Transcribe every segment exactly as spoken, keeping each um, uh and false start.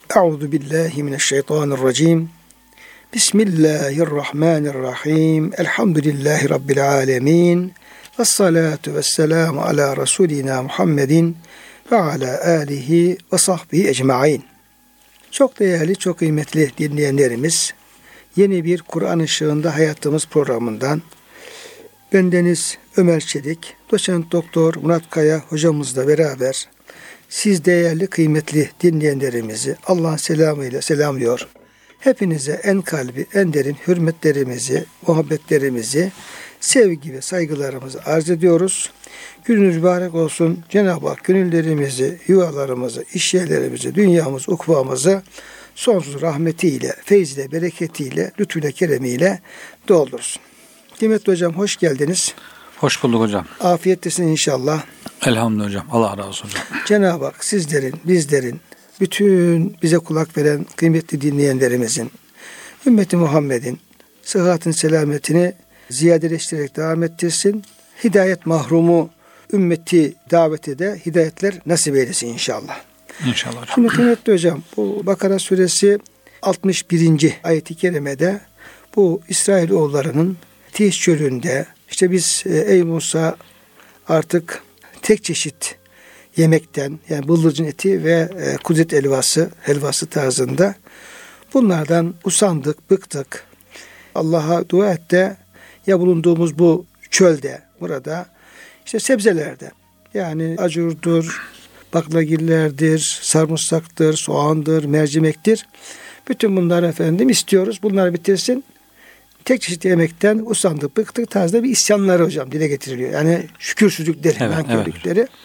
Euzu billahi mineşşeytanirracim. Bismillahirrahmanirrahim. Elhamdülillahi Rabbil alemin. Vessalatu vesselamu ala Resulina Muhammedin ve ala alihi ve sahbihi ecmaîn. Çok değerli, çok kıymetli dinleyenlerimiz, yeni bir Kur'an Işığında Hayatımız programından bendeniz Ömer Çelik, Doçent Doktor Murat Kaya hocamızla beraber siz değerli, kıymetli dinleyenlerimizi Allah'ın selamıyla selamlıyor. Hepinize en kalbi, en derin hürmetlerimizi, muhabbetlerimizi, sevgi ve saygılarımızı arz ediyoruz. Gününüz mübarek olsun. Cenab-ı Hak gönüllerimizi, yuvalarımızı, işyerlerimizi, dünyamızı, ukvamızı sonsuz rahmetiyle, feyziyle, bereketiyle, lütfüyle, keremiyle doldursun. Kıymetli hocam, hoş geldiniz. Hoş bulduk hocam. Afiyettesin inşallah. Elhamdülillah hocam. Allah razı olsun hocam. Cenab-ı Hak sizlerin, bizlerin, bütün bize kulak veren kıymetli dinleyenlerimizin, ümmeti Muhammed'in sıhhatini, selametini ziyadeleştirerek devam ettirsin. Hidayet mahrumu ümmeti davete de hidayetler nasip eylesin inşallah. İnşallah hocam. Şimdi kıymetli hocam, bu Bakara suresi altmış birinci ayet-i kerimede bu İsrailoğullarının Tih çölünde, işte biz ey Musa artık tek çeşit yemekten, yani bıldırcın eti ve e, kudret helvası, helvası tarzında bunlardan usandık, bıktık. Allah'a dua et de ya bulunduğumuz bu çölde, burada işte sebzelerde, yani acurdur, baklagillerdir, sarımsaktır, soğandır, mercimektir. Bütün bunları efendim istiyoruz. Bunları bitirsin. Tek çeşit yemekten usandık, bıktık tarzda bir isyanları hocam dile getiriliyor. Yani şükürsüzlükleri, evet, nankörlükleri. Evet.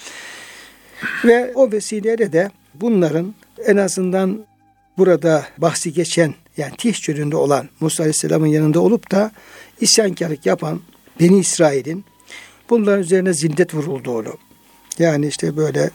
Ve o vesileyle de bunların en azından burada bahsi geçen, yani Tih çölünde olan Musa Aleyhisselam'ın yanında olup da isyankarlık yapan Beni İsrail'in bunların üzerine zillet vurulduğunu, yani işte böyle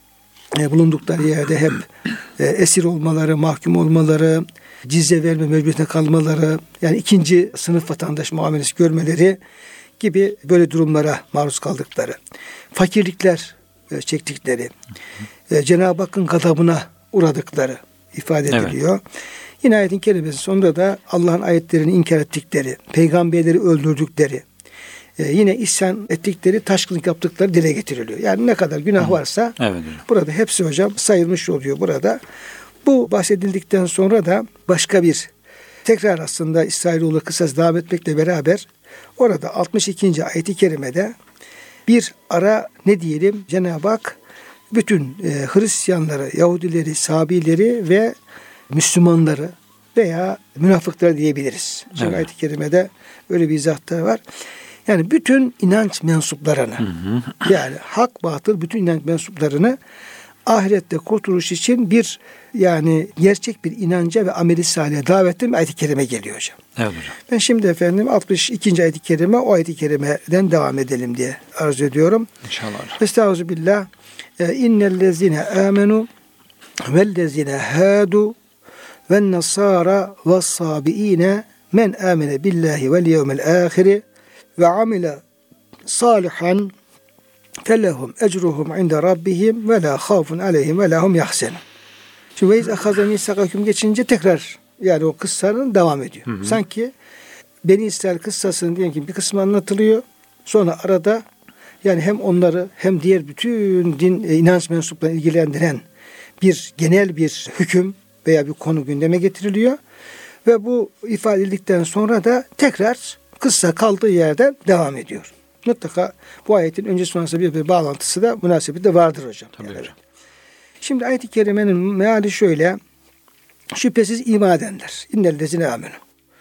e, bulundukları yerde hep e, esir olmaları, mahkum olmaları, cizye verme mecburiyetine kalmaları, yani ikinci sınıf vatandaş muamelesi görmeleri gibi böyle durumlara maruz kaldıkları, fakirlikler e, çektikleri, e, Cenab-ı Hakk'ın gadabına uğradıkları ifade ediliyor. Evet. Yine ayetin kelimesi sonunda da Allah'ın ayetlerini inkar ettikleri, peygamberleri öldürdükleri, e, yine isyan ettikleri, taşkınlık yaptıkları dile getiriliyor. Yani ne kadar günah varsa evet. burada hepsi hocam sayılmış oluyor burada. Bu bahsedildikten sonra da başka bir tekrar aslında İsrailoğlu kıssası devam etmekle beraber orada altmış ikinci ayet-i kerimede bir ara ne diyelim, Cenab-ı Hak bütün e, Hristiyanları, Yahudileri, Sabileri ve Müslümanları veya münafıkları diyebiliriz. Çünkü evet. ayet-i kerimede öyle bir izahtlar var. Yani bütün inanç mensuplarını, hı hı. yani hak batıl bütün inanç mensuplarını ahirette kurtuluş için bir, yani gerçek bir inanca ve ameli salih'e davetin bir ayet-i kerime geliyor hocam. Evet hocam. Ben şimdi efendim altmış ikinci ayet-i kerime, o ayet-i kerimeden devam edelim diye arzu ediyorum. İnşallah hocam. Estağfirullah. İnnellezine amenu vellezine hadu ven nasara ves sabiine men amene billahi vel yevmel ahiri ve amile salihan felehum ecruhum inde rabbihim ve la khafun aleyhim ve la hum yahzenun. Şimdi ve iz ahaza misakakum geçince tekrar yani o kıssanın devam ediyor. Hı hı. Sanki Beni İsrail kıssasının diyelim ki bir kısmı anlatılıyor. Sonra arada yani hem onları hem diğer bütün din e, inanç mensuplarını ilgilendiren bir genel bir hüküm veya bir konu gündeme getiriliyor. Ve bu ifade edildikten sonra da tekrar kıssa kaldığı yerden devam ediyor. Mutlaka bu ayetin önce sonrası bir, bir bağlantısı da münasebeti de vardır hocam. Tabii yani. hocam. Şimdi ayet-i kerimenin meali şöyle. Şüphesiz iman edenler. İnnellezine amenu.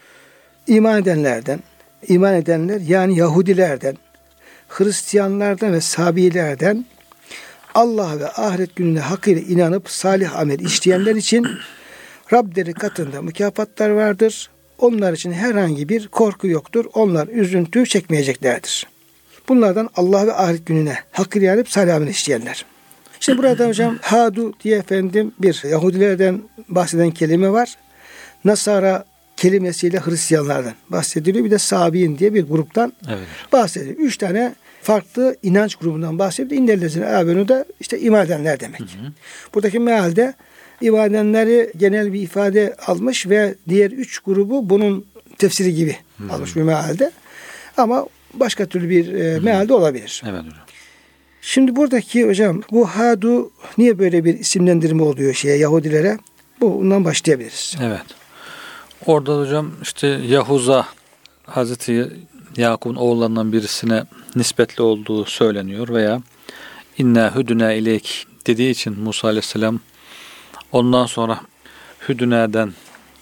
İman edenlerden, iman edenler yani Yahudilerden, Hristiyanlardan ve Sabilerden Allah ve ahiret gününe hakkıyla inanıp salih amel işleyenler için Rableri katında mükafatlar vardır. Onlar için herhangi bir korku yoktur. Onlar üzüntü çekmeyeceklerdir. Bunlardan Allah ve ahiret gününe hakkıyla inanıp salih amel işleyenler. Şimdi burada hocam hadu diye efendim bir Yahudilerden bahseden kelime var. Nasara kelimesiyle Hristiyanlardan bahsediliyor. Bir de Sabiin diye bir gruptan evet. bahsediliyor. Üç tane farklı inanç grubundan bahsediyor. İnnellezine amenu da işte iman edenler demek. Hı hı. Buradaki mealde ibadenleri genel bir ifade almış ve diğer üç grubu bunun tefsiri gibi hmm. almış bir mealde. Ama başka türlü bir e, mealde olabilir. Evet hocam. Şimdi buradaki hocam bu Hadu niye böyle bir isimlendirme oluyor şeye Yahudilere? Bu bundan başlayabiliriz. Evet. Orada hocam işte Yahuza Hazreti Yakup'un oğullarından birisine nispetli olduğu söyleniyor veya inna hüdüne ileyk dediği için Musa Aleyhisselam ondan sonra hüdüneden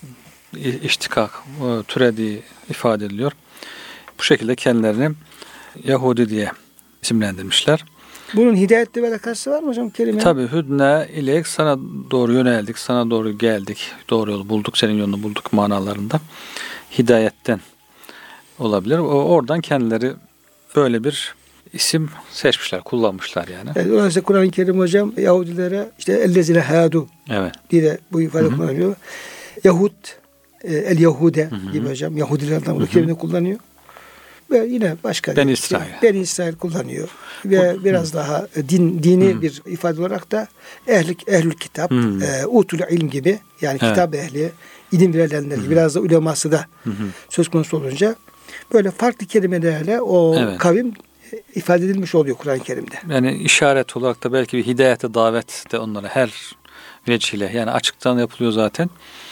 iştikak türediği ifade ediliyor. Bu şekilde kendilerini Yahudi diye isimlendirmişler. Bunun hidayetle bir alakası var mı hocam kelime? Tabii hüdne ileyk sana doğru yöneldik, sana doğru geldik, doğru yolu bulduk, senin yolunu bulduk manalarında hidayetten olabilir. O, oradan kendileri böyle bir isim seçmişler, kullanmışlar yani. Evet, dolayısıyla Kur'an-ı Kerim hocam Yahudilere işte ellezine hadu evet. diye de bu ifade Hı-hı. kullanılıyor. Yahud, el Yahude Hı-hı. gibi hocam Yahudilerden bu kelimeyi kullanıyor. Ve yine başka Beni İsrail. Beni İsrail kullanıyor. Ve Hı. biraz daha din dini Hı. bir ifade olarak da ehli ehlül kitap, e, utul ilm gibi yani evet. kitap ehli, ilim verilenler gibi biraz da uleması da Hı. söz konusu olunca böyle farklı kelimelerle o evet. kavim ifade edilmiş oluyor Kur'an-ı Kerim'de. Yani işaret olarak da belki bir hidayete davet de onlara her vecihle yani açıktan yapılıyor zaten.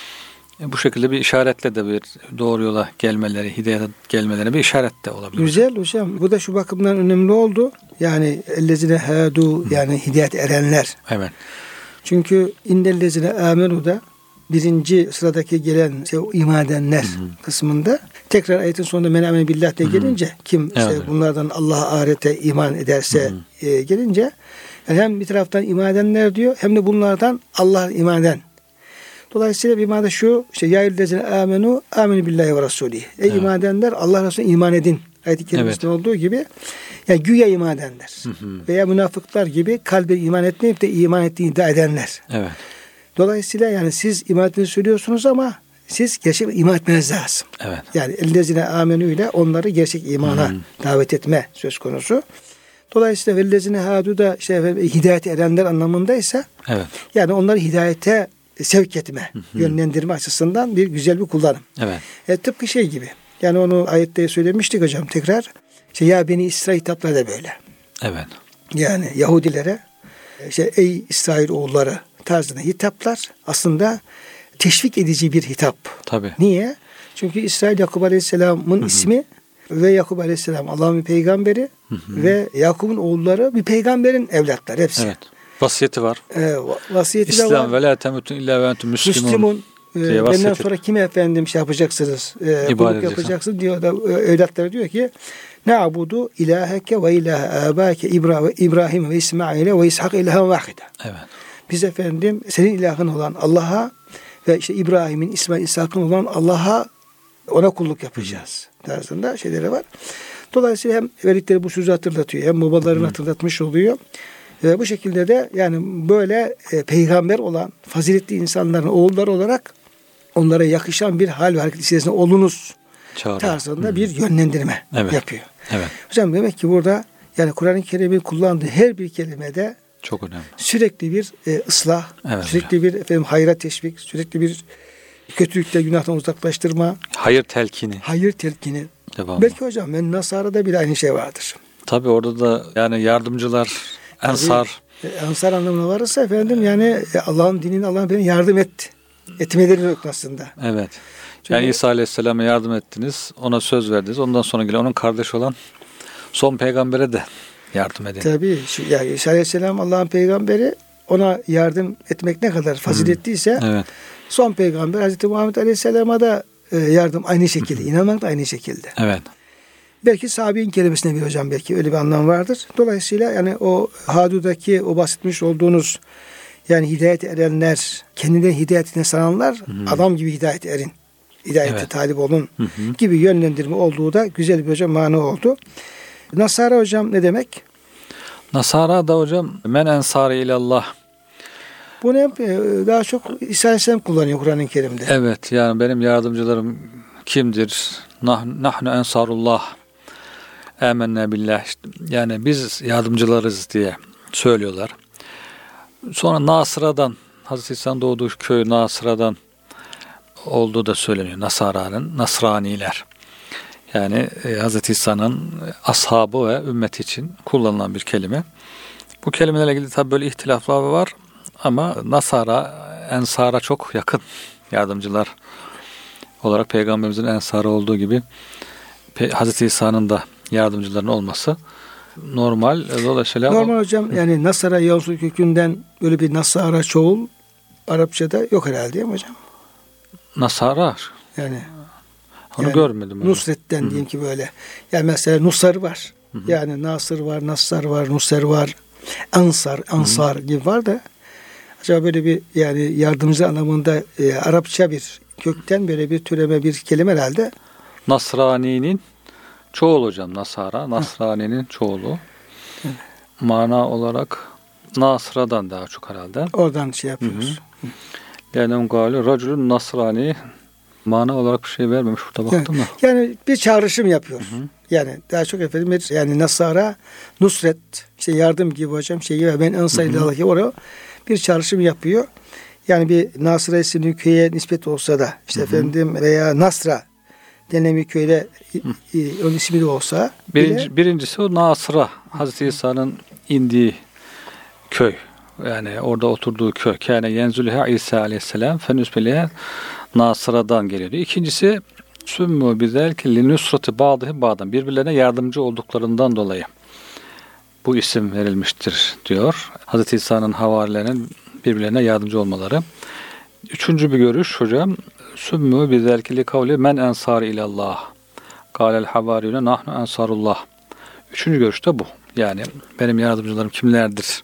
Bu şekilde bir işaretle de bir doğru yola gelmeleri, hidayete gelmeleri bir işaret de olabilir. Güzel hocam. Bu da şu bakımdan önemli oldu. Yani ellezine hadu yani hidayet erenler. Evet. Çünkü indellezine amenu da birinci sıradaki gelen şey, iman edenler Hı-hı. kısmında tekrar ayetin sonunda men amene billah diye gelince kim evet. işte bunlardan Allah'a ahirete iman ederse e, gelince yani hem bir taraftan iman edenler diyor hem de bunlardan Allah'a iman eden. Dolayısıyla bir manada şu işte ya eyyühellezine amenu aminu billahi ve rasulih. Ey evet. iman edenler Allah Resulüne iman edin. Ayet-i kerimesinde evet. olduğu gibi yani güya iman edenler hı hı. veya münafıklar gibi kalbe iman etmeyip de iman ettiğini iddia edenler. Evet. Dolayısıyla yani siz iman ettiğini söylüyorsunuz ama siz gerçek iman etmeniz lazım. Evet. Yani ellezine amenu ile onları gerçek imana hı. davet etme söz konusu. Dolayısıyla vellezine hadu da işte hidayet erenler anlamındaysa evet. yani onları hidayete sevk etme, hı hı. yönlendirme açısından bir güzel bir kullanım. Evet. E, tıpkı şey gibi. Yani onu ayette söylemiştik hocam tekrar. İşte ya Beni İsrail hitapları da böyle. Evet. Yani Yahudilere işte ey İsrail oğulları tarzında hitaplar aslında teşvik edici bir hitap. Tabii. Niye? Çünkü İsrail Yakup Aleyhisselam'ın hı hı. ismi ve Yakup Aleyhisselam Allah'ın bir peygamberi hı hı. ve Yakup'un oğulları bir peygamberin evlatları hepsi. Evet. Vasiyeti var. E, vasiyeti İslam de var. İslam ve la temutun illa ve entum müslimun. Müslümun. E, benden sonra kime efendim şey yapacaksınız? E, kulluk yapacaksınız diyor da evlatları diyor ki na'budu ilaheke ve ilahe abake İbrahim ve İsmail ve İshak ilahen vahide. Evet. Biz efendim senin ilahın olan Allah'a ve işte İbrahim'in, İsmail, İshak'ın olan Allah'a ona kulluk yapacağız. Tarzında şeyleri var. Dolayısıyla hem verdikleri bu sözü hatırlatıyor hem babalarını hatırlatmış oluyor. Ve bu şekilde de yani böyle e, peygamber olan faziletli insanların oğulları olarak onlara yakışan bir hal ve hareket içerisinde olunuz Çağrı. tarzında Hı-hı. bir yönlendirme evet. yapıyor. Evet. Hocam demek ki burada yani Kur'an-ı Kerim'in kullandığı her bir kelimede çok önemli. Sürekli bir e, ıslah, evet, sürekli hocam. bir efendim hayra teşvik, sürekli bir kötülükte günahtan uzaklaştırma. Hayır telkini. Hayır telkini. Devamlı. Belki hocam ben Nasara'da bile aynı şey vardır. Tabii orada da yani yardımcılar, ensar. Tabii, ensar anlamına varırsa efendim yani Allah'ın dinine Allah'ın beni yardım et. Etmeleri noktasında. Evet. Çünkü, yani İsa Aleyhisselam'a yardım ettiniz, ona söz verdiniz. Ondan sonra gelen onun kardeşi olan son peygambere de yardım edin. Tabii. Yani İsa Aleyhisselam Allah'ın peygamberi, ona yardım etmek ne kadar faziletliyse evet. son peygamber Hazreti Muhammed Aleyhisselam'a da yardım aynı şekilde, inanmak da aynı şekilde. Evet. Belki sahabeyin kelimesine bir hocam belki öyle bir anlam vardır. Dolayısıyla yani o Hadu'daki o bahsetmiş olduğunuz yani hidayet erenler, kendinden hidayetine sananlar Hı-hı. adam gibi hidayet erin. Hidayete evet. talip olun Hı-hı. gibi yönlendirme olduğu da güzel bir hocam mana oldu. Nasara hocam ne demek? Nasara da hocam men ensari ilallah. Bunu hep daha çok İsa Aleyhisselam kullanıyor Kur'an-ı Kerim'de. Evet yani benim yardımcılarım kimdir? Nah, nahnu ensarullah. Âmennâ billah. Yani biz yardımcılarız diye söylüyorlar. Sonra Nasıra'dan Hazreti İsa'nın doğduğu köy Nasıra'dan olduğu da söyleniyor. Nasara'nın, Nasraniler. Yani e, Hazreti İsa'nın ashabı ve ümmeti için kullanılan bir kelime. Bu kelimelerle ilgili tabi böyle ihtilaflar var ama Nasara, Ensar'a çok yakın yardımcılar olarak Peygamberimizin Ensar'ı olduğu gibi Hazreti İsa'nın da yardımcılarının olması normal. Dolayısıyla normal o, hocam yani Nasara Yavuzlu kökünden böyle bir Nasara çoğul Arapçada yok herhalde değil mi hocam? Nasara. Yani onu yani görmedim. Nusret'ten Hı-hı. diyeyim ki böyle. Yani mesela Nusar var. Hı-hı. Yani Nasır var, Nassar var, Nuser var. Ansar, Ansar Hı-hı. gibi var da acaba böyle bir yani yardımcı anlamında e, Arapça bir kökten böyle bir türeme bir kelime herhalde. Nasrani'nin çoğulu hocam. Nasara, Nasrani'nin çoğulu. Evet. Mana olarak Nasra'dan daha çok herhalde. Oradan şey yapıyoruz. Yani galiba Raculun Nasrani mana olarak bir şey vermemiş. Burada baktım yani, da. Yani bir çağrışım yapıyor. Hı hı. Yani daha çok efendim bir yani Nasara, Nusret, işte yardım gibi hocam şeyi ve ben Ensar'ı gibi oraya bir çağrışım yapıyor. Yani bir Nasra isimli köye nispet olsa da işte hı hı. efendim veya Nasra denen bir köyde hı. onun ismi de olsa. Birinci, bile, birincisi o Nasra. Hazreti İsa'nın indiği köy. Yani orada oturduğu köy. Kâne yenzülüha İsa aleyhisselam fenüsbeliye Nasıra'dan geliyordu. İkincisi sümmü bizelki linusrati bağdıhi bağdan. Birbirlerine yardımcı olduklarından dolayı bu isim verilmiştir diyor. Hazreti İsa'nın havarilerinin birbirlerine yardımcı olmaları. Üçüncü bir görüş hocam. Sümmü bizelki li kavli men ensar ilallah. Kâlel havariyune nahnu ensarullah. Üçüncü görüş de bu. Yani benim yardımcılarım kimlerdir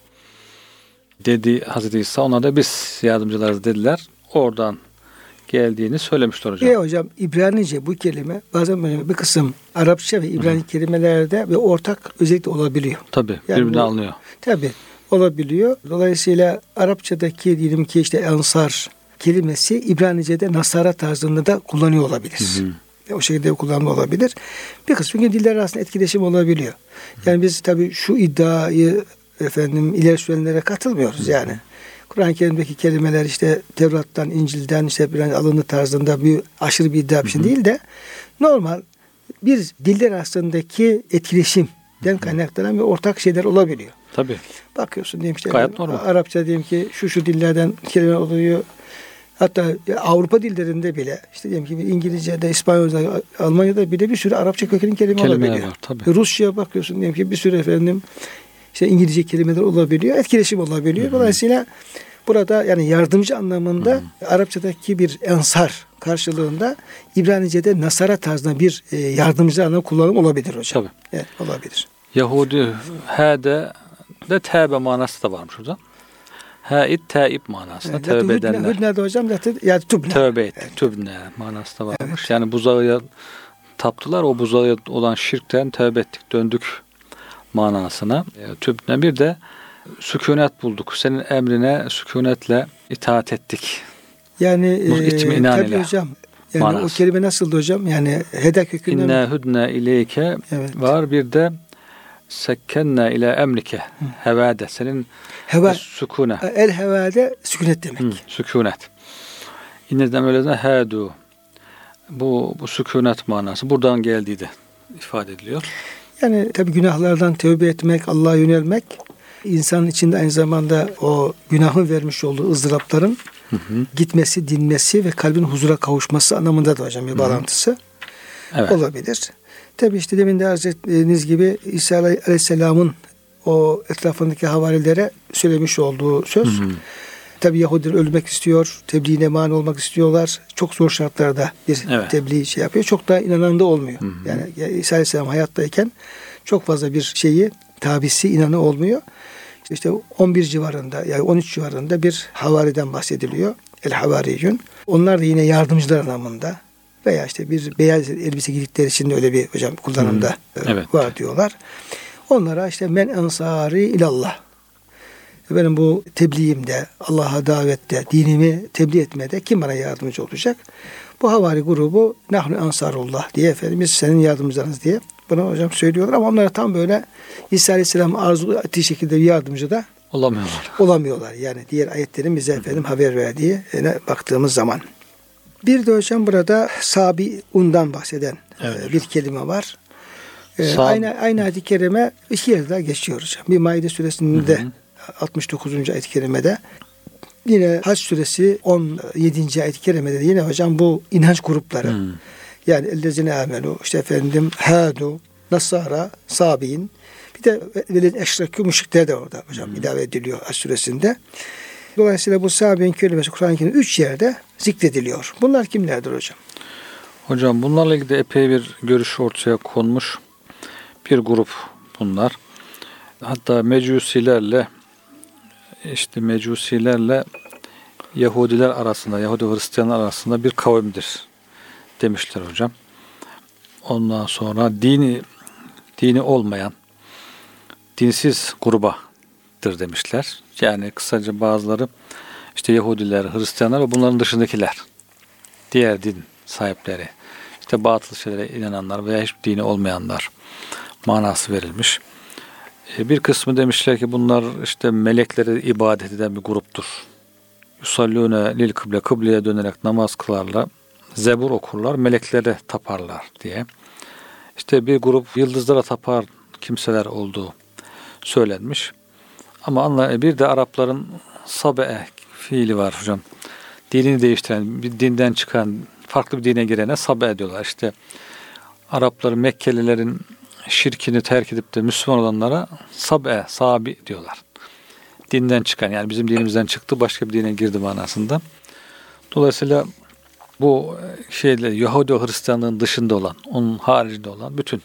dedi Hazreti İsa. Ona da biz yardımcılarız dediler. Oradan geldiğini söylemişler hocam. E hocam İbranice bu kelime bazen böyle bir kısım Arapça ve İbrani Hı-hı. kelimelerde bir ortak özellikle olabiliyor. Tabii yani birbirine alınıyor. Tabii olabiliyor. Dolayısıyla Arapçadaki diyelim ki işte Ensar kelimesi İbranice'de Nasara tarzında da kullanıyor olabilir. Hı-hı. O şekilde kullanma olabilir. Bir kısmı çünkü diller arasında etkileşim olabiliyor. Hı-hı. Yani biz tabii şu iddiayı efendim ileri sürenlere katılmıyoruz Hı-hı. yani. Kur'an-ı Kerim'deki kelimeler işte Tevrat'tan, İncil'den işte bir alındı tarzında bir aşırı bir iddia bir şey değil de normal bir diller arasındaki etkileşimden kaynaklanan bir ortak şeyler olabiliyor. Tabii. Bakıyorsun diyeyim işte gayet normal. Arapça diyelim ki şu şu dillerden kelime oluyor. Hatta Avrupa dillerinde bile işte diyelim ki İngilizce'de, İspanyolca'da, Almanya'da bile bir sürü Arapça kökenli kelime Kelimeler olabiliyor. Var, tabii. Rusça'ya bakıyorsun diyelim ki bir sürü efendim işte İngilizce kelimeler olabiliyor, etkileşim olabiliyor. Hı-hı. Dolayısıyla burada yani yardımcı anlamında Hı-hı. Arapçadaki bir ensar karşılığında İbranice'de Nasara tarzında bir e, yardımcı anlamı kullanım olabilir hocam. Tabii. Evet, olabilir. Yahudi hede de tevbe manası da varmış hocam. Haid taib manasında evet, tövbe edenler. Hüdne de hocam zaten yani tübne. Tövbe et, evet. tübne manası da varmış. Evet. Yani buzağa taptılar, o buzağa olan şirkten tövbe ettik, döndük manasına. Tübne bir de sükunet bulduk. Senin emrine sükunetle itaat ettik. Yani e, tabii ile. hocam. Yani manası. O kelime nasıldı hocam? Yani heda kökünden. İnne hüdne ileyke evet. var. Bir de sekkenne ile emrike. Hı. Hevade. Senin Heva, sükune. El hevade sükunet demek. Hı, sükunet. İnneden öyle de hedu. Bu, bu sükunet manası. Buradan geldiği de ifade ediliyor. Yani tabii günahlardan tövbe etmek, Allah'a yönelmek insanın içinde aynı zamanda o günahın vermiş olduğu ızdırapların hı hı. gitmesi, dinmesi ve kalbin huzura kavuşması anlamında da hocam bir hı hı. bağlantısı evet. olabilir. Tabii işte demin de arz ettiğiniz gibi İsa Aleyhisselam'ın o etrafındaki havarilere söylemiş olduğu söz. Hı hı. Tabii Yahudiler ölmek istiyor, tebliğine mani olmak istiyorlar. Çok zor şartlarda bir evet. tebliğ şey yapıyor. Çok da inanan da olmuyor. Hı hı. Yani İsa Aleyhisselam hayattayken çok fazla bir şeyi, tabisi inanı olmuyor. İşte on bir civarında yani on üç civarında bir havariden bahsediliyor. El havariyun. Onlar da yine yardımcılar anlamında veya işte bir beyaz elbise giydikleri için de öyle bir hocam kullanımda hmm. evet. var diyorlar. Onlara işte men ensari ilallah. Benim bu tebliğimde, Allah'a davette, dinimi tebliğ etmede kim bana yardımcı olacak? Bu havari grubu nahnu ensarullah diye Efendimiz senin yardımcılarınız diye bunu hocam söylüyorlar ama onlara tam böyle İsa Aleyhisselam arzu ettiği şekilde bir yardımcı da Olamıyorlar. Olamıyorlar. Yani diğer ayetlerin bize efendim haber verdiği baktığımız zaman. Bir de hocam burada Sabiundan bahseden evet. bir kelime var. Ee, aynı aynı ayet-i kerime iki yerde daha geçiyor hocam. Bir Maide suresinde hı hı. altmış dokuzuncu ayet-i kerimede, yine Hac suresi on yedinci ayet-i kerimede de yine hocam bu inanç grupları hı. yani ellezine amenu, işte efendim hadu, nasara, sabiin, bir de veled eşrekü müşrikler de orada hocam hı. ilave ediliyor Hac suresinde. Dolayısıyla bu sabiin kelimesi Kur'an-ı Kerim'de üç yerde zikrediliyor. Bunlar kimlerdir hocam? Hocam bunlarla ilgili de epey bir görüş ortaya konmuş. Bir grup bunlar. Hatta mecusilerle işte mecusilerle Yahudiler arasında, Yahudi Hristiyanlar arasında bir kavimdir demişler hocam. Ondan sonra dini dini olmayan dinsiz grubadır demişler. Yani kısaca bazıları işte Yahudiler, Hristiyanlar ve bunların dışındakiler, diğer din sahipleri, işte batıl şeylere inananlar veya hiç dini olmayanlar manası verilmiş. Bir kısmı demişler ki bunlar işte meleklere ibadet eden bir gruptur. Yusallûne lil kıble, kıbleye dönerek namaz kılarlar, zebur okurlar, meleklere taparlar diye. İşte bir grup yıldızlara tapar kimseler olduğu söylenmiş. Ama anla, bir de Arapların sabe'e fiili var hocam. Dinini değiştiren, bir dinden çıkan, farklı bir dine girene sabe diyorlar. İşte Arapların, Mekkelilerin şirkini terk edip de Müslüman olanlara sab'e, sabi diyorlar. Dinden çıkan, yani bizim dinimizden çıktı, başka bir dine girdi manasında. Dolayısıyla bu şeyle Yahudi ve Hristiyanlığın dışında olan, onun haricinde olan bütün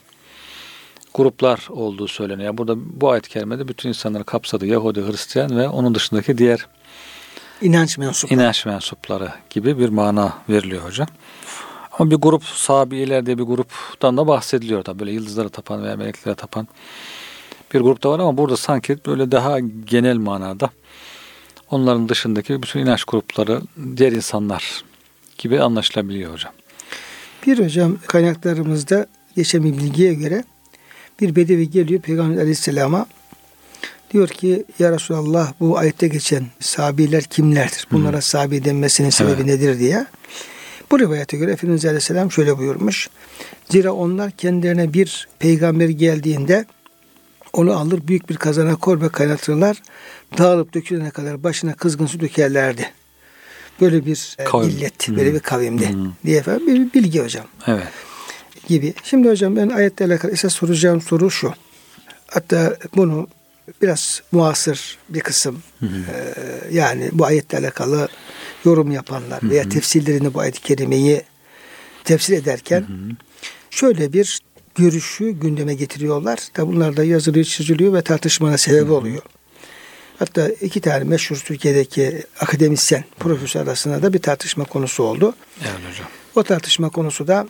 gruplar olduğu söyleniyor. Yani burada bu ayet-i kerimede bütün insanları kapsadı. Yahudi, Hristiyan ve onun dışındaki diğer inanç mensupları. İnanç mensupları gibi bir mana veriliyor hocam. Ama bir grup sabiler diye bir gruptan da bahsediliyor da, böyle yıldızlara tapan veya meleklere tapan bir grup da var, ama burada sanki böyle daha genel manada onların dışındaki bütün inanç grupları, diğer insanlar gibi anlaşılabiliyor hocam. Bir hocam kaynaklarımızda geçen bir bilgiye göre bir bedevi geliyor Peygamber Aleyhisselam'a, diyor ki ya Resulallah, bu ayette geçen sabiler kimlerdir? Bunlara hmm. sabi denmesinin sebebi evet. nedir diye. Bu rivayete göre Efendimiz Aleyhisselam şöyle buyurmuş. Zira onlar kendilerine bir peygamber geldiğinde onu alır büyük bir kazana koyar ve kaynatırlar. Dağılıp dökülene kadar başına kızgın su dökerlerdi. Böyle bir Kavim. millet, hmm. böyle bir kavimdi hmm. diye efendim bir bilgi hocam. Evet. Gibi. Şimdi hocam ben ayetle alakalı esas soracağım soru şu. Hatta bunu biraz muasır bir kısım hı hı. E, yani bu ayetle alakalı yorum yapanlar hı hı. veya tefsirlerini bu ayet-i kerimeyi tefsir ederken hı hı. şöyle bir görüşü gündeme getiriyorlar. Tabi bunlar da yazılıyor, çiziliyor ve tartışmana sebep hı hı. oluyor. Hatta iki tane meşhur Türkiye'deki akademisyen, profesör arasında da bir tartışma konusu oldu. Evet hocam. O tartışma konusu da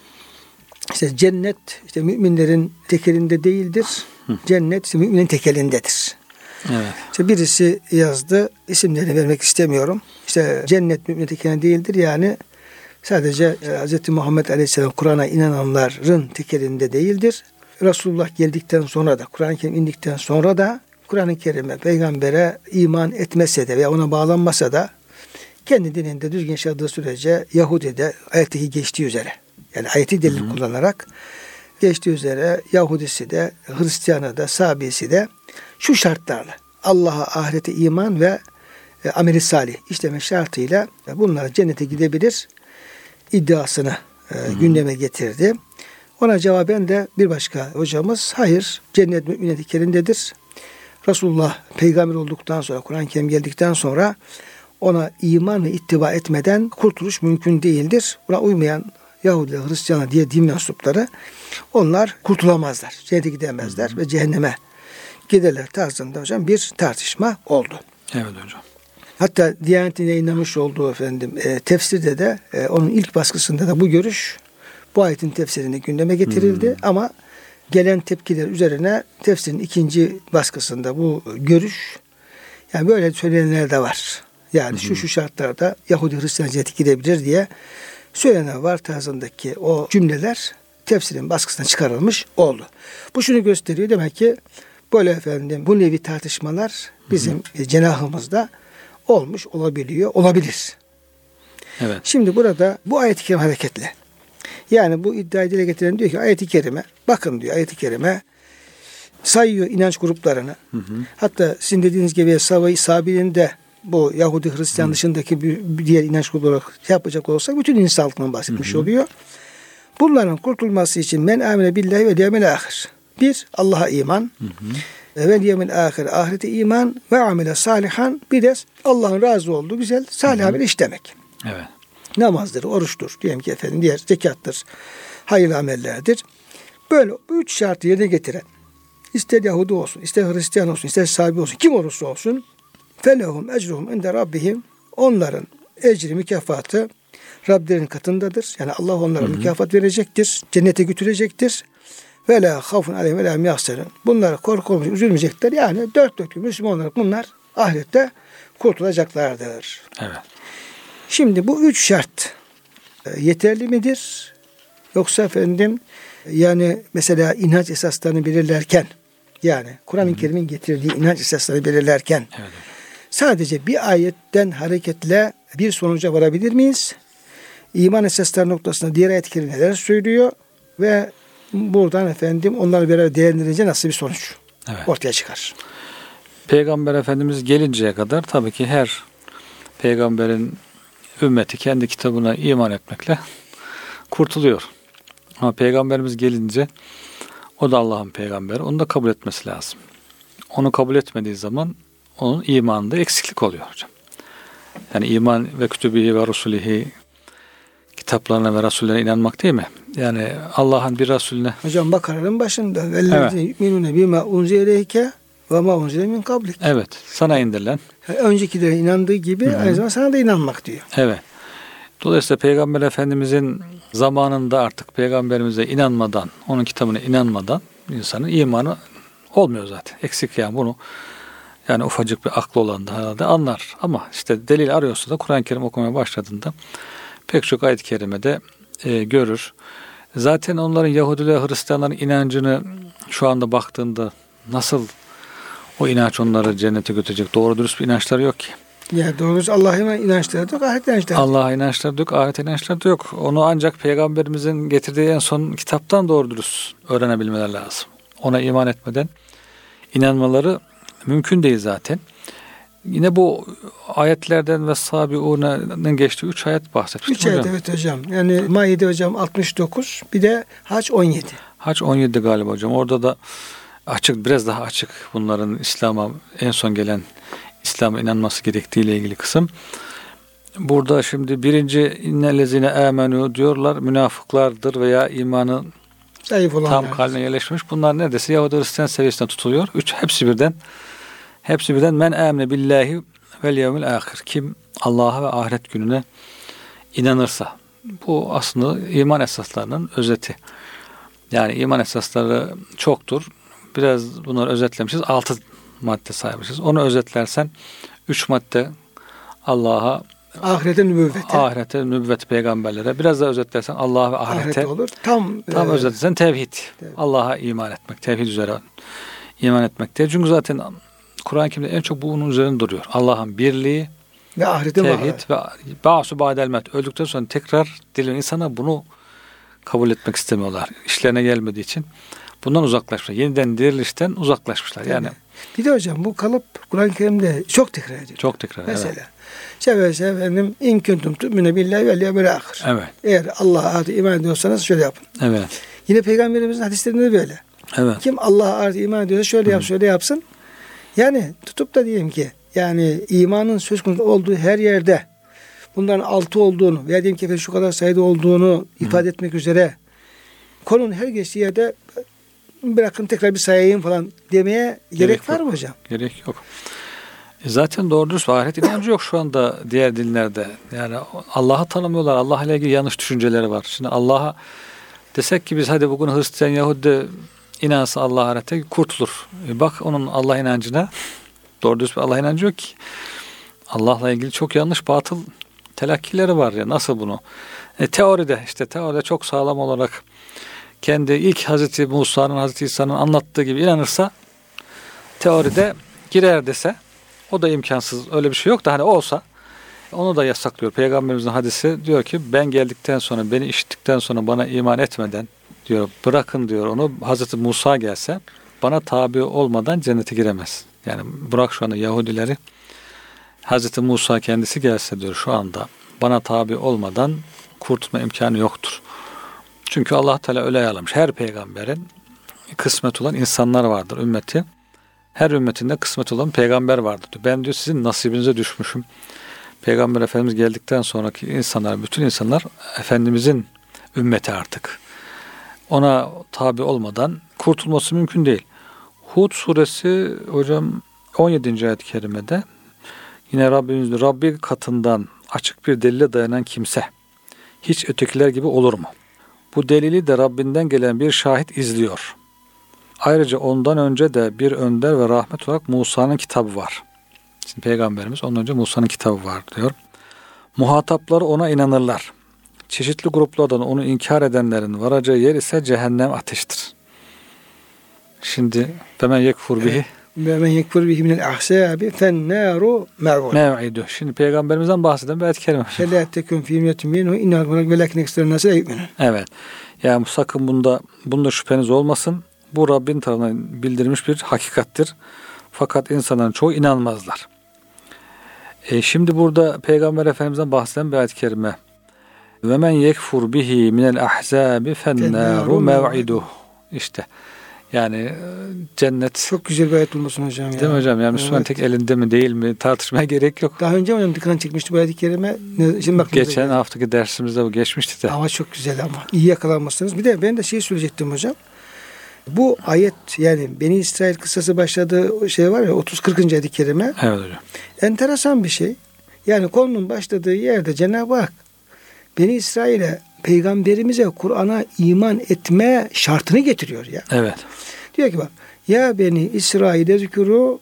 İşte cennet işte müminlerin tekelinde değildir. Hı. Cennet işte müminin tekelindedir. Evet. İşte birisi yazdı. İsimlerini vermek istemiyorum. İşte cennet müminin tekelinde değildir. Yani sadece e, Hz. Muhammed Aleyhisselam Kur'an'a inananların tekelinde değildir. Resulullah geldikten sonra da, Kur'an-ı Kerim indikten sonra da Kur'an-ı Kerim'e, peygambere iman etmese de veya ona bağlanmasa da kendi dininde düzgün yaşadığı sürece Yahudi'de ayetteki geçtiği üzere, yani ayeti delil Hı-hı. kullanarak geçtiği üzere Yahudisi de, Hristiyanı da, Sabisi de şu şartlarla Allah'a, ahirete iman ve e, ameli salih işleme şartıyla e, bunlar cennete gidebilir iddiasını e, gündeme getirdi. Ona cevaben de bir başka hocamız, hayır, cennet müminin tekerindedir. Resulullah peygamber olduktan sonra, Kur'an-ı Kerim geldikten sonra ona iman ve ittiba etmeden kurtuluş mümkün değildir. Buna uymayan Yahudiler, Hristiyanlar diye din mensupları, onlar kurtulamazlar. Cennete gidemezler hı hı. ve cehenneme giderler tarzında hocam bir tartışma oldu. Evet hocam. Hatta Diyanet'in yayınlamış olduğu efendim e, tefsirde de e, onun ilk baskısında da bu görüş bu ayetin tefsirinde gündeme getirildi hı hı. ama gelen tepkiler üzerine tefsirin ikinci baskısında bu görüş, yani böyle söyleyenler de var. Yani hı hı. şu şu şartlarda Yahudi Hristiyan cennete gidebilir diye söylenen var tarzındaki o cümleler tefsirin baskısına çıkarılmış oldu. Bu şunu gösteriyor, demek ki böyle efendim bu nevi tartışmalar bizim hı hı. cenahımızda olmuş olabiliyor, olabilir. Evet. Şimdi burada bu ayet-i kerime hareketle. Yani bu iddiayı dile getiren diyor ki ayet-i kerime, bakın diyor ayet-i kerime sayıyor inanç gruplarını. Hı hı. Hatta sizin dediğiniz gibi Sabi, Sabi'nin de bu Yahudi Hristiyan hı. dışındaki bir, bir diğer inanç grupları olarak yapacak olsak bütün insanlıktan bahsetmiş hı hı. oluyor. Bunların kurtulması için men amene billahi ve yevmil ahir. Bir, Allah'a iman. Hı hı. Ve yevmil ahir, ahirete iman ve amele salihan. Bir de Allah'ın razı olduğu güzel salih amel işlemek. Evet. Namazdır, oruçtur, diyelim ki efendim diğer zekattır, hayırlı amellerdir. Böyle bu üç şartı yerine getiren, ister Yahudi olsun, ister Hristiyan olsun, ister Sabi olsun, kim olursa olsun, felehum ecruhum inde rabbihim, onların ecri mükafatı Rablerinin katındadır. Yani Allah onlara hı hı. mükafat verecektir, cennete götürecektir. Ve la havfun aleyhim ve la hum yahzanun. Bunlar korku olmayacak, üzülmeyecekler. Yani dört dörtlük Müslüman olarak bunlar ahirette kurtulacaklardır. Evet. Şimdi bu üç şart yeterli midir? Yoksa efendim yani mesela inanç esaslarını belirlerken, yani Kur'an-ı Kerim'in getirdiği inanç esaslarını belirlerken evet. sadece bir ayetten hareketle bir sonuca varabilir miyiz? İman esasları noktasında diğer ayet-i kerime neler söylüyor ve buradan efendim onlarla beraber değerlendirince nasıl bir sonuç evet. ortaya çıkar? Peygamber Efendimiz gelinceye kadar tabii ki her peygamberin ümmeti kendi kitabına iman etmekle kurtuluyor. Ama Peygamberimiz gelince o da Allah'ın peygamberi. Onu da kabul etmesi lazım. Onu kabul etmediği zaman onun imanında eksiklik oluyor hocam. Yani iman ve kütübihi ve rusulihi kitaplarına ve rasullerine inanmak değil mi? Yani Allah'ın bir rasulüne. Hocam Bakara'nın başında vellezine yu'minune bima unzileyke ve ma unzile min kablik. Evet. Sana indirilen. Öncekilere inandığı gibi Hı-hı. aynı zamanda sana da inanmak diyor. Evet. Dolayısıyla Peygamber Efendimizin zamanında artık Peygamberimize inanmadan, onun kitabına inanmadan insanın imanı olmuyor zaten. Eksik yani bunu. Yani ufacık bir aklı olan da herhalde anlar. Ama işte delil arıyorsa da Kur'an-ı Kerim okumaya başladığında pek çok ayet-i kerimede e, görür. Zaten onların Yahudiler, Hristiyanların inancını şu anda baktığında nasıl o inanç onları cennete götürecek? Doğru dürüst bir inançları yok ki. Ya doğrusu Allah'a inançları da yok, ahiret inançları da yok. Allah'a inançları da yok, ahiret inançları da yok. Onu ancak Peygamberimizin getirdiği en son kitaptan doğru dürüst öğrenebilmeler lazım. Ona iman etmeden inanmaları mümkün değil zaten. Yine bu ayetlerden ve Sabiuna'nın geçtiği üç ayet bahsetmiştim üç ayet evet hocam. Yani Maide hocam altmış dokuz, bir de Hac on yedi. Hac on yedi galiba hocam. Orada da açık, biraz daha açık bunların İslam'a en son gelen İslam'a inanması gerektiğiyle ilgili kısım. Burada şimdi birinci innellezine amenu diyorlar, münafıklardır veya imanı zayıf olanlar, tam kalbine yerleşmiş. Bunlar neredeyse Yahudi Hristiyan seviyesinde tutuluyor. Üç hepsi birden hepsi birden men amene billahi vel yevmil ahir. Kim Allah'a ve ahiret gününe inanırsa. Bu aslında iman esaslarının özeti. Yani iman esasları çoktur. Biraz bunları özetlemişiz. Altı madde saymışız. Onu özetlersen üç madde Allah'a, ahirete, nübüvvete, ahirete, nübüvvet peygamberlere. Biraz da özetlersen Allah'a ve ahirete. Ahirete olur. Tam tam e, özetlersen tevhid. tevhid. Allah'a iman etmek, tevhid üzere iman etmek diye. Çünkü zaten Kur'an-ı Kerim'de en çok bunun üzerine duruyor. Allah'ın birliği ve ahirete, tevhid ve ba'su ba'del met. Öldükten sonra tekrar dilen insana bunu kabul etmek istemiyorlar. İşlerine gelmediği için bundan uzaklaşmışlar. Yeniden dirilişten uzaklaşmışlar. Yani bir de hocam bu kalıp Kur'an-ı Kerim'de çok tekrar ediyor. Çok tekrar. Mesela evet. Şevese efendim in kuntum tu'minu billahi vel yevmil ahir. Evet. Eğer Allah'a iman ediyorsanız şöyle yapın. Evet. Yine Peygamberimizin hadislerinde de böyle. Evet. Kim Allah'a iman ediyorsa şöyle yap, şöyle yapsın. Yani tutup da diyelim ki yani imanın söz konusu olduğu her yerde bunların altı olduğunu veya diyelim ki şu kadar sayıda olduğunu Hı. ifade etmek üzere konunun her geçtiği yerde bırakın tekrar bir sayayım falan demeye gerek, gerek var mı hocam? Gerek yok. E zaten doğru dürüst ahiret inancı yok şu anda diğer dinlerde. Yani Allah'ı tanımıyorlar. Allah ile ilgili yanlış düşünceleri var. Şimdi Allah'a desek ki biz hadi bugün Hristiyan Yahudi inansa Allah ahirete kurtulur. E bak onun Allah inancına, doğru dürüst bir Allah inancı yok ki. Allah'la ilgili çok yanlış batıl telakkileri var ya, nasıl bunu? E teoride işte teoride çok sağlam olarak kendi ilk Hazreti Musa'nın, Hazreti İsa'nın anlattığı gibi inanırsa teoride girer dese o da imkansız. Öyle bir şey yok da hani olsa onu da yasaklıyor. Peygamberimizin hadisi diyor ki ben geldikten sonra, beni işittikten sonra bana iman etmeden diyor, bırakın diyor onu, Hazreti Musa gelse bana tabi olmadan cennete giremez. Yani bırak şu anda Yahudileri, Hazreti Musa kendisi gelse diyor şu anda bana tabi olmadan kurtulma imkanı yoktur. Çünkü Allah Teala öyle ayarlamış. Her peygamberin kısmet olan insanlar vardır ümmeti. Her ümmetinde kısmet olan peygamber vardır diyor. Ben diyor sizin nasibinize düşmüşüm. Peygamber Efendimiz geldikten sonraki insanlar, bütün insanlar Efendimizin ümmeti artık. Ona tabi olmadan kurtulması mümkün değil. Hud suresi hocam on yedinci ayet-i kerimede yine Rabbimiz Rabbi katından açık bir delile dayanan kimse hiç ötekiler gibi olur mu? Bu delili de Rabbinden gelen bir şahit izliyor. Ayrıca ondan önce de bir önder ve rahmet olarak Musa'nın kitabı var. Şimdi Peygamberimiz ondan önce Musa'nın kitabı var diyor. Muhatapları ona inanırlar. Çeşitli gruplardan onu inkar edenlerin varacağı yer ise cehennem ateştir. Şimdi femen yekfur bihi ve men yekfur bihi minel ahsabi fennâru mev'ud. Mev'idu. Şimdi Peygamberimizden bahseden bir ayet-i kerime. Şellâ tekun fî milletin minhu innâ velakin eksteren nâse e'minûn. Evet. Yani sakın bunda bunda şüpheniz olmasın. Bu Rabbin tarafından bildirilmiş bir hakikattir. Fakat insanların çoğu inanmazlar. E şimdi burada Peygamber Efendimiz'den bahseden bir ayet-i kerime. Ve men yekfur bihi minel ahzabi fennâru mev'iduh. İşte yani cennet. Çok güzel bir ayet bulmuşsun hocam. Değil ya. mi hocam? Yani Müslüman evet. tek elinde mi değil mi tartışmaya gerek yok. Daha önce hocam dikkat çekmişti bu ayet-i kerime. Şimdi Geçen geldi. Haftaki dersimizde bu geçmişti de. Ama çok güzel ama. İyi yakalanmışsınız. Bir de ben de şey söyleyecektim hocam. Bu ayet yani Beni İsrail kıssası başladığı şey var ya otuz kırkıncı ayet-i kerime. Evet hocam. Enteresan bir şey. Yani konunun başladığı yerde Cenab-ı Hak Beni İsrail'e peygamberimize Kur'an'a iman etme şartını getiriyor ya. Evet. Diyor ki bak ya Beni İsrail'e zikru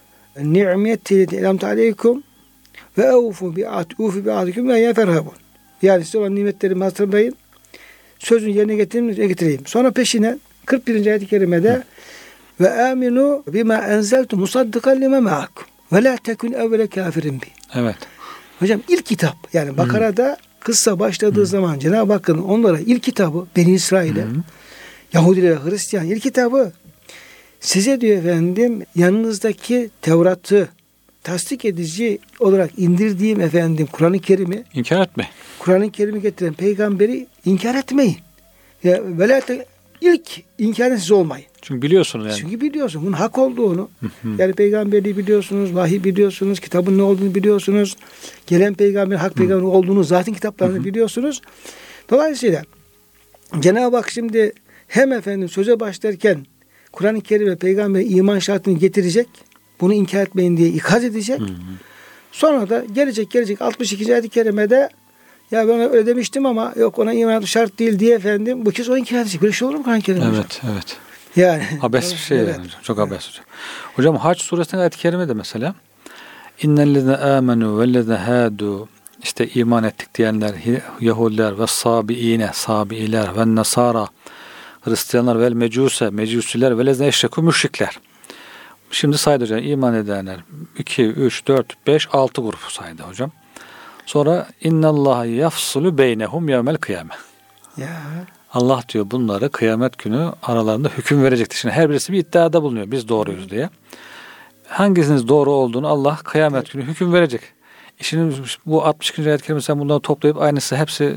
ni'meti elamtu aleykum ve evfu bi'atufu bi'atikum ve yeferhabun. Yani size olan nimetlerimi hatırlayın. Sözün yerine getireyim, getireyim. Sonra peşine kırk birinci ayet-i kerimede ve aminu bima enzeltu musaddikan lima ma'akum ve la tekun evvele kafirin bi. Evet. Hocam ilk kitap yani Bakara'da kıssa başladığı hmm. zaman Cenab-ı Hakk'ın onlara ilk kitabı Beni İsrail'e hmm. Yahudilere, Hristiyan ilk kitabı size diyor efendim yanınızdaki Tevrat'ı tasdik edici olarak indirdiğim efendim Kur'an-ı Kerim'i inkar etmeyin. Kur'an-ı Kerim'i getiren peygamberi inkar etmeyin. Ya velâte ilk inkarın siz olmayın. Çünkü biliyorsunuz yani. Çünkü biliyorsunuz bunun hak olduğunu. Yani peygamberliği biliyorsunuz, vahiy biliyorsunuz, kitabın ne olduğunu biliyorsunuz. Gelen peygamber hak peygamber olduğunu zaten kitaplarını biliyorsunuz. Dolayısıyla Cenab-ı Hak şimdi hem efendim söze başlarken Kur'an-ı Kerim ve peygamber iman şartını getirecek. Bunu inkar etmeyin diye ikaz edecek. Hı hı. Sonra da gelecek gelecek altmış ikinci ayet-i kerimede ya ben öyle demiştim ama yok ona iman şart değil diye efendim bu kez o inkar edecek. Böyle şey olur mu Kur'an-ı Kerim'de? Evet, hocam? evet. Yani. Abes bir şey evet. yani. Çok evet. abes hocam. Hocam Hac suresinin ayet-i kerimede mesela İnnellezine amenu vellezine hadu işte iman ettik diyenler Yahudiler ve sabiine sabiiler ve nasara Hristiyanlar ve mecuse mecusiler ve lezine eşreku müşrikler. Şimdi saydı hocam iman edenler iki, üç, dört, beş, altı grup saydı hocam. Sonra innallaha yafsulu beynehum yevmel kıyame. Ya. Allah diyor bunları kıyamet günü aralarında hüküm verecektir. Şimdi her birisi bir iddiada bulunuyor. Biz doğruyuz diye. Hangisiniz doğru olduğunu Allah kıyamet günü hüküm verecek. Şimdi bu altmış ikinci ayet-i kerime sen bunları toplayıp aynısı hepsi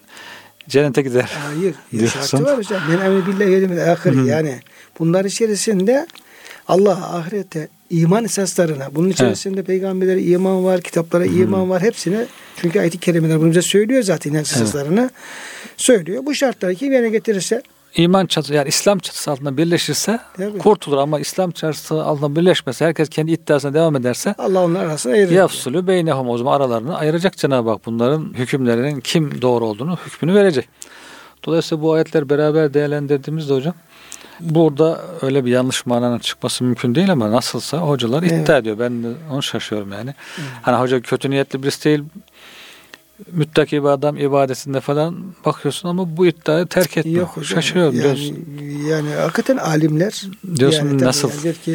cennete gider. Hayır. Şartı var hocam. Ben emri billahi ve ahir. Yani bunlar içerisinde Allah ahirette iman esaslarına, bunun içerisinde evet. peygamberlere iman var, kitaplara hmm. iman var, hepsine çünkü ayet-i kerimeler bunu bize söylüyor zaten inanç esaslarını evet. söylüyor. Bu şartları kim yerine getirirse iman çatısı yani İslam çatısı altında birleşirse kurtulur ama İslam çatısı altında birleşmese herkes kendi iddiasına devam ederse Allah onlar arasında ayırır. Yafsulü beynehum o zaman aralarını ayıracak Cenab-ı Hak bunların hükümlerinin kim doğru olduğunu hükmünü verecek. Dolayısıyla bu ayetler beraber değerlendirdiğimizde hocam burada öyle bir yanlış mananın çıkması mümkün değil ama nasılsa hocalar evet. iddia ediyor. Ben de onu şaşıyorum yani. Evet. Hani hoca kötü niyetli birisi değil. Müttaki bir adam ibadetinde falan bakıyorsun ama bu iddiayı terk etmiyor. Yok hocam. Şaşırıyorum yani, diyorsun. Yani hakikaten alimler diyorsun yani, nasıl? Yani, der ki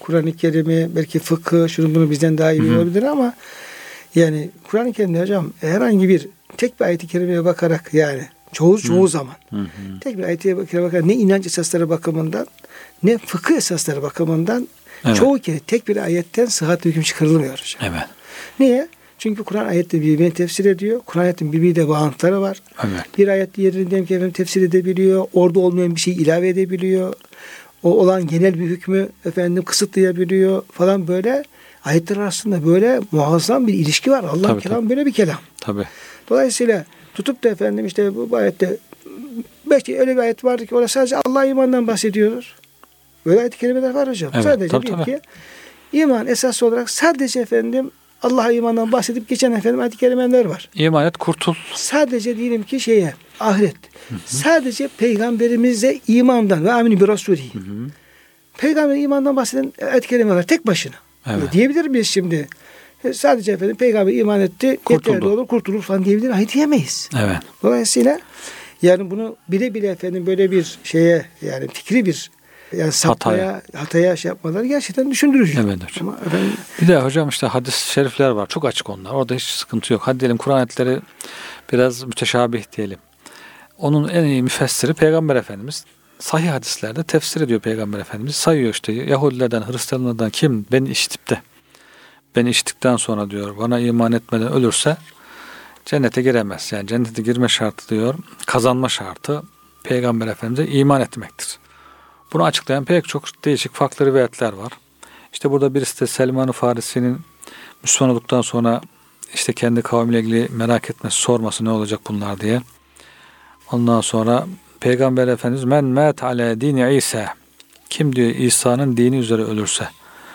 Kur'an-ı Kerim'i, belki fıkhı, şunu bunu bizden daha iyi Hı hı. olabilir ama yani Kur'an-ı Kerim'de hocam herhangi bir tek bir ayet-i kerimeye bakarak, yani çoğu çoğu Hı. zaman Hı hı. tek bir ayet-i kerimeye bakarak ne inanç esasları bakımından ne fıkıh esasları bakımından Evet. çoğu kere tek bir ayetten sıhhat hüküm çıkarılmıyor hocam. Evet. Niye? Çünkü Kur'an ayetleri birbirini tefsir ediyor. Kur'an ayetinin birbiriyle bağıntıları var. Evet. Bir ayet diğerini diyelim ki efendim tefsir edebiliyor. Orada olmayan bir şey ilave edebiliyor. O olan genel bir hükmü efendim kısıtlayabiliyor falan, böyle ayetler arasında böyle muazzam bir ilişki var. Allah'ın Tabii, kelamı tabii. böyle bir kelam. Tabii. Dolayısıyla tutup da efendim işte bu, bu ayette belki öyle bir ayet vardı ki orada sadece Allah'a imandan bahsediyoruz. Böyle ayet-i kerimeler var hocam. Evet, sadece tabii, diyor tabii. ki iman esas olarak sadece efendim Allah'a imandan bahsedip geçen efendim ayet-i kerimeler var. İman et, kurtul. Sadece diyelim ki şeye ahiret. Hı hı. Sadece peygamberimize imandan ve aminu bir rasulihi. Peygamber imandan bahseden ayet-i kerimeler tek başına. Evet. E, diyebilir miyiz şimdi? E, sadece efendim peygamber iman etti, Kurtuldu. yeterli olur, kurtulur falan diyebilir. Hayır diyemeyiz. Evet. Dolayısıyla yani bunu bile bile efendim böyle bir şeye, yani fikri bir yani sapmaya, hataya, hataya şey yapmaları gerçekten düşündürücü. Evet hocam. Ama efendim, bir de hocam işte hadis-i şerifler var. Çok açık onlar. Orada hiç sıkıntı yok. Hadi diyelim Kur'an ayetleri biraz müteşabih diyelim. Onun en iyi müfessiri Peygamber Efendimiz. Sahih hadislerde tefsir ediyor Peygamber Efendimiz. Sayıyor işte Yahudilerden, Hristiyanlardan kim beni işitip de beni işittikten sonra diyor bana iman etmeden ölürse cennete giremez. Yani cennete girme şartı diyor, kazanma şartı Peygamber Efendimiz'e iman etmektir. Bunu açıklayan pek çok değişik farklı rivayetler var. İşte burada birisi de Selman-ı Farisi'nin Müslüman olduktan sonra işte kendi kavmiyle ilgili merak etmesi, sorması ne olacak bunlar diye. Ondan sonra Peygamber Efendimiz men mât alâ dini İsa, kim diyor İsa'nın dini üzere ölürse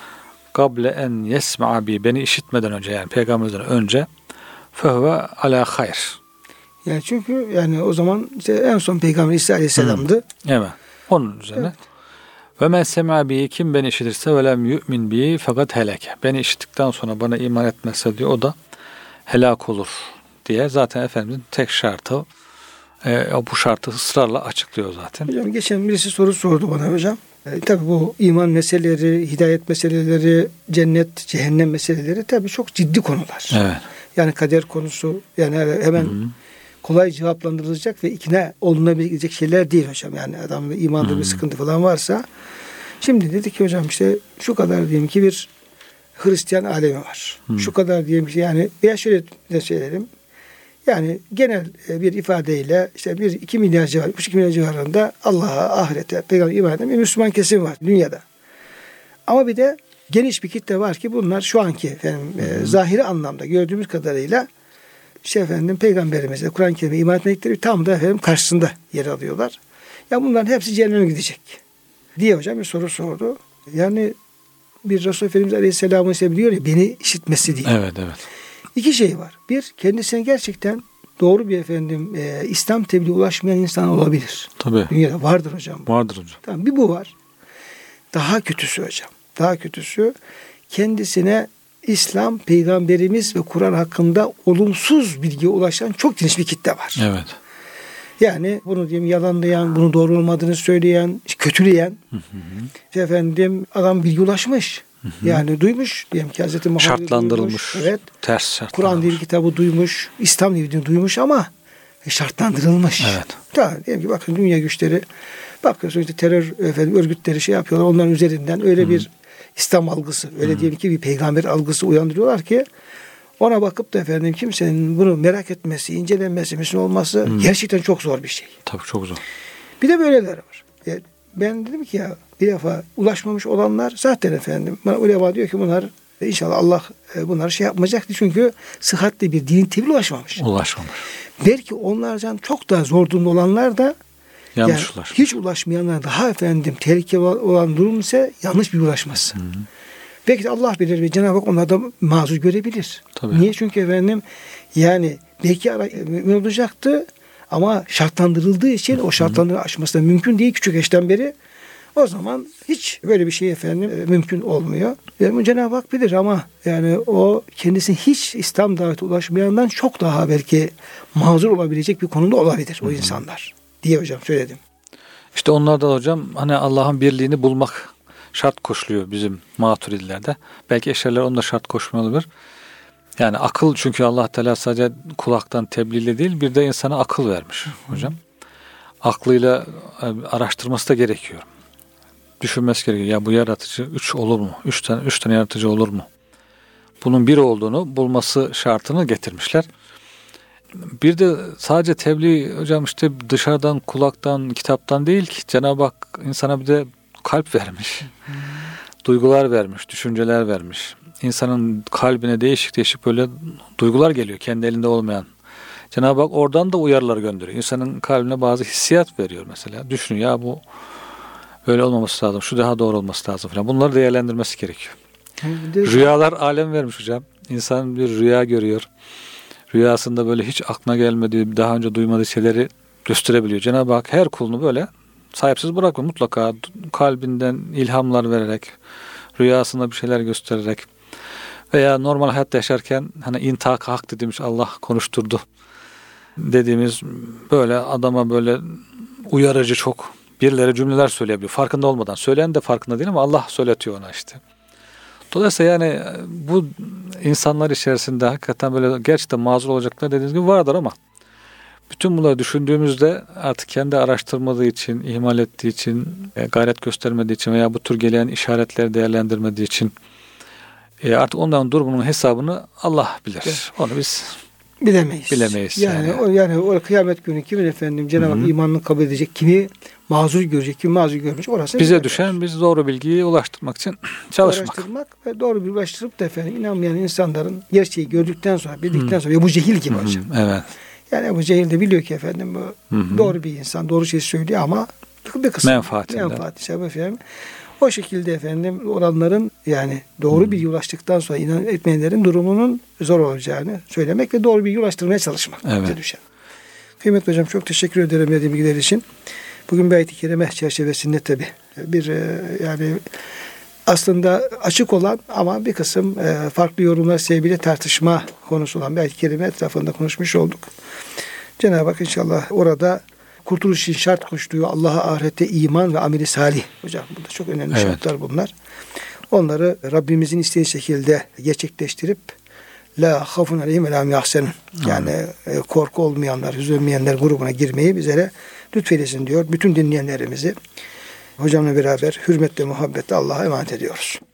kable en yesma'a bi, beni işitmeden önce, yani peygamberden önce fehve alâ hayr. Yani çünkü yani o zaman işte en son Peygamber İsa Aleyhisselam'dı. Hı. Evet. Onun üzerine. Evet. Ve men sem'a bi, kim beni işitirse ve lem yu'min bi fakat heleke. Beni işittikten sonra bana iman etmezse diyor o da helak olur diye zaten Efendimizin tek şartı, e, bu şartı ısrarla açıklıyor zaten. Hocam geçen birisi soru sordu bana hocam. E, tabii bu iman meseleleri, hidayet meseleleri, cennet, cehennem meseleleri tabii çok ciddi konular. Evet. Yani kader konusu yani hemen Hı-hı. kolay cevaplandırılacak ve ikna olunabilecek şeyler değil hocam. Yani adamda imanda Hı-hı. bir sıkıntı falan varsa. Şimdi dedi ki hocam işte şu kadar diyelim ki bir Hristiyan alemi var. Hı-hı. Şu kadar diyelim ki yani veya şöyle de söyleyelim. Yani genel bir ifadeyle işte bir iki milyar civarı, üç iki milyar civarında Allah'a, ahirete, peygamber iman eden bir Müslüman kesim var dünyada. Ama bir de geniş bir kitle var ki bunlar şu anki efendim e, zahiri anlamda gördüğümüz kadarıyla işte efendim peygamberimize, Kur'an-ı Kerim'e iman etmekleri tam da efendim karşısında yer alıyorlar. Ya bunların hepsi cehenneme gidecek diye hocam bir soru sordu. Yani bir Resul Efendimiz Aleyhisselam'ın ise biliyor ya beni işitmesi diye. Evet, evet. İki şey var. Bir, kendisine gerçekten doğru bir efendim e, İslam tebliğe ulaşmayan insan olabilir. Tabii. Dünyada vardır hocam. Bu. Vardır hocam. Tamam, bir bu var. Daha kötüsü hocam. Daha kötüsü kendisine İslam, Peygamberimiz ve Kur'an hakkında olumsuz bilgiye ulaşan çok geniş bir kitle var. Evet. Yani bunu diyeyim yalanlayan, bunu doğru olmadığını söyleyen, kötüleyen, hı hı. efendim adam bilgi ulaşmış. Hı hı. Yani duymuş diyelim ki Hazreti Muhammed şartlandırılmış. Duymuş, evet. Ters şartlandırılmış. Kur'an diye bir kitabı duymuş, İslam diye bir duymuş ama şartlandırılmış. Evet. Tamam, diyelim ki bakın dünya güçleri bakıyorsunuz işte terör efendim örgütleri şey yapıyorlar. Onların üzerinden öyle hı. bir İslam algısı, öyle hı. diyelim ki bir peygamber algısı uyandırıyorlar ki ona bakıp da efendim kimsenin bunu merak etmesi, incelenmesi, Müslüman olması hmm. gerçekten çok zor bir şey. Tabii çok zor. Bir de böyleler var. Yani ben dedim ki ya bir defa ulaşmamış olanlar zaten efendim bana ulema diyor ki bunlar inşallah Allah bunları şey yapmayacaktı çünkü sıhhatli bir dinin tebliğ ulaşmamış. Ulaşmamış. Belki onlardan çok daha zor durumda olanlar da yanlış yani ulaşmış. Hiç ulaşmayanlar daha efendim tehlikeli olan durum ise yanlış bir ulaşması. Hı hı. Belki de Allah bilir ve Cenab-ı Hak onlarda mazur görebilir. Tabii. Niye? Çünkü efendim yani belki mümin olacaktı ama şartlandırıldığı için o şartları aşması da mümkün değil küçük yaştan beri. O zaman hiç böyle bir şey efendim mümkün olmuyor. Yani Cenab-ı Hak bilir ama yani o kendisine hiç İslam davete ulaşmayandan çok daha belki mazur olabilecek bir konumda olabilir o insanlar diye hocam söyledim. İşte onlar da hocam hani Allah'ın birliğini bulmak şart koşuluyor bizim Maturidilerde. Belki Eşariler onu da şart koşmuyor olabilir. Yani akıl, çünkü Allah Teala sadece kulaktan tebliğle değil, bir de insana akıl vermiş hocam. Aklıyla araştırması da gerekiyor. Düşünmesi gerekiyor. Ya bu yaratıcı üç olur mu? Üç tane, üç tane yaratıcı olur mu? Bunun bir olduğunu bulması şartını getirmişler. Bir de sadece tebliğ hocam işte dışarıdan, kulaktan, kitaptan değil ki, Cenab-ı Hak insana bir de kalp vermiş. Hmm. Duygular vermiş, düşünceler vermiş. İnsanın kalbine değişik değişik böyle duygular geliyor, kendi elinde olmayan. Cenab-ı Hak oradan da uyarılar gönderiyor. İnsanın kalbine bazı hissiyat veriyor mesela. Düşünün, ya bu böyle olmaması lazım, şu daha doğru olması lazım falan. Bunları değerlendirmesi gerekiyor. Rüyalar alem vermiş hocam. İnsan bir rüya görüyor. Rüyasında böyle hiç aklına gelmediği, daha önce duymadığı şeyleri gösterebiliyor. Cenab-ı Hak her kulunu böyle sahipsiz bırakmıyor. Mutlaka kalbinden ilhamlar vererek, rüyasında bir şeyler göstererek veya normal hayatta yaşarken hani intak hak dediğimiz, Allah konuşturdu dediğimiz, böyle adama böyle uyarıcı çok birileri cümleler söyleyebiliyor. Farkında olmadan. Söyleyen de farkında değil ama Allah söyletiyor ona işte. Dolayısıyla yani bu insanlar içerisinde hakikaten böyle gerçekten mazur olacaklar dediğiniz gibi vardır ama bütün bunları düşündüğümüzde artık kendi araştırmadığı için, ihmal ettiği için, gayret göstermediği için veya bu tür gelen işaretleri değerlendirmediği için artık onların durumunun hesabını Allah bilir. Evet. Onu biz bilemeyiz. Bilemeyiz. Yani, yani. O, yani o kıyamet günü kimin efendim Cenab-ı Hak imanını kabul edecek, kimi mazur görecek, kimi mazur görmeyecek, orası bize düşen biz doğru bilgiyi ulaştırmak için çalışmak. Ulaştırmak ve doğru bir ulaştırıp da efendim inanmayan insanların gerçeği gördükten sonra, bildikten Hı-hı. sonra Ebu Cehil gibi Hı-hı. hocam. Evet. Yani Ebu Cehil de biliyor ki efendim bu Hı-hı. doğru bir insan, doğru şeyi söylüyor ama bir kısmı menfaatinden. Menfaati sebep efendim. O şekilde efendim olanların yani doğru Hı-hı. bilgi ulaştıktan sonra inan etmeyenlerin durumunun zor olacağını söylemek ve doğru bilgi ulaştırmaya çalışmak. Evet. Bize düşen. Kıymetli hocam, çok teşekkür ederim verdiğim bilgiler için. Bugün bir ayet-i kerime çerçevesinde tabi bir yani aslında açık olan ama bir kısım farklı yorumlar sebebiyle tartışma konusu olan bir ayet-i kerime etrafında konuşmuş olduk. Cenab-ı Hak inşallah orada kurtuluş için şart koştuğu Allah'a, ahirette iman ve ameli salih. Hocam bu da çok önemli evet. şartlar bunlar. Onları Rabbimizin istediği şekilde gerçekleştirip la hafun aleyhim ve la hum yahzenun. Yani hmm. korku olmayanlar, üzülmeyenler grubuna girmeyi bizlere lütfeylesin diyor. Bütün dinleyenlerimizi hocamla beraber hürmetle, muhabbetle Allah'a emanet ediyoruz.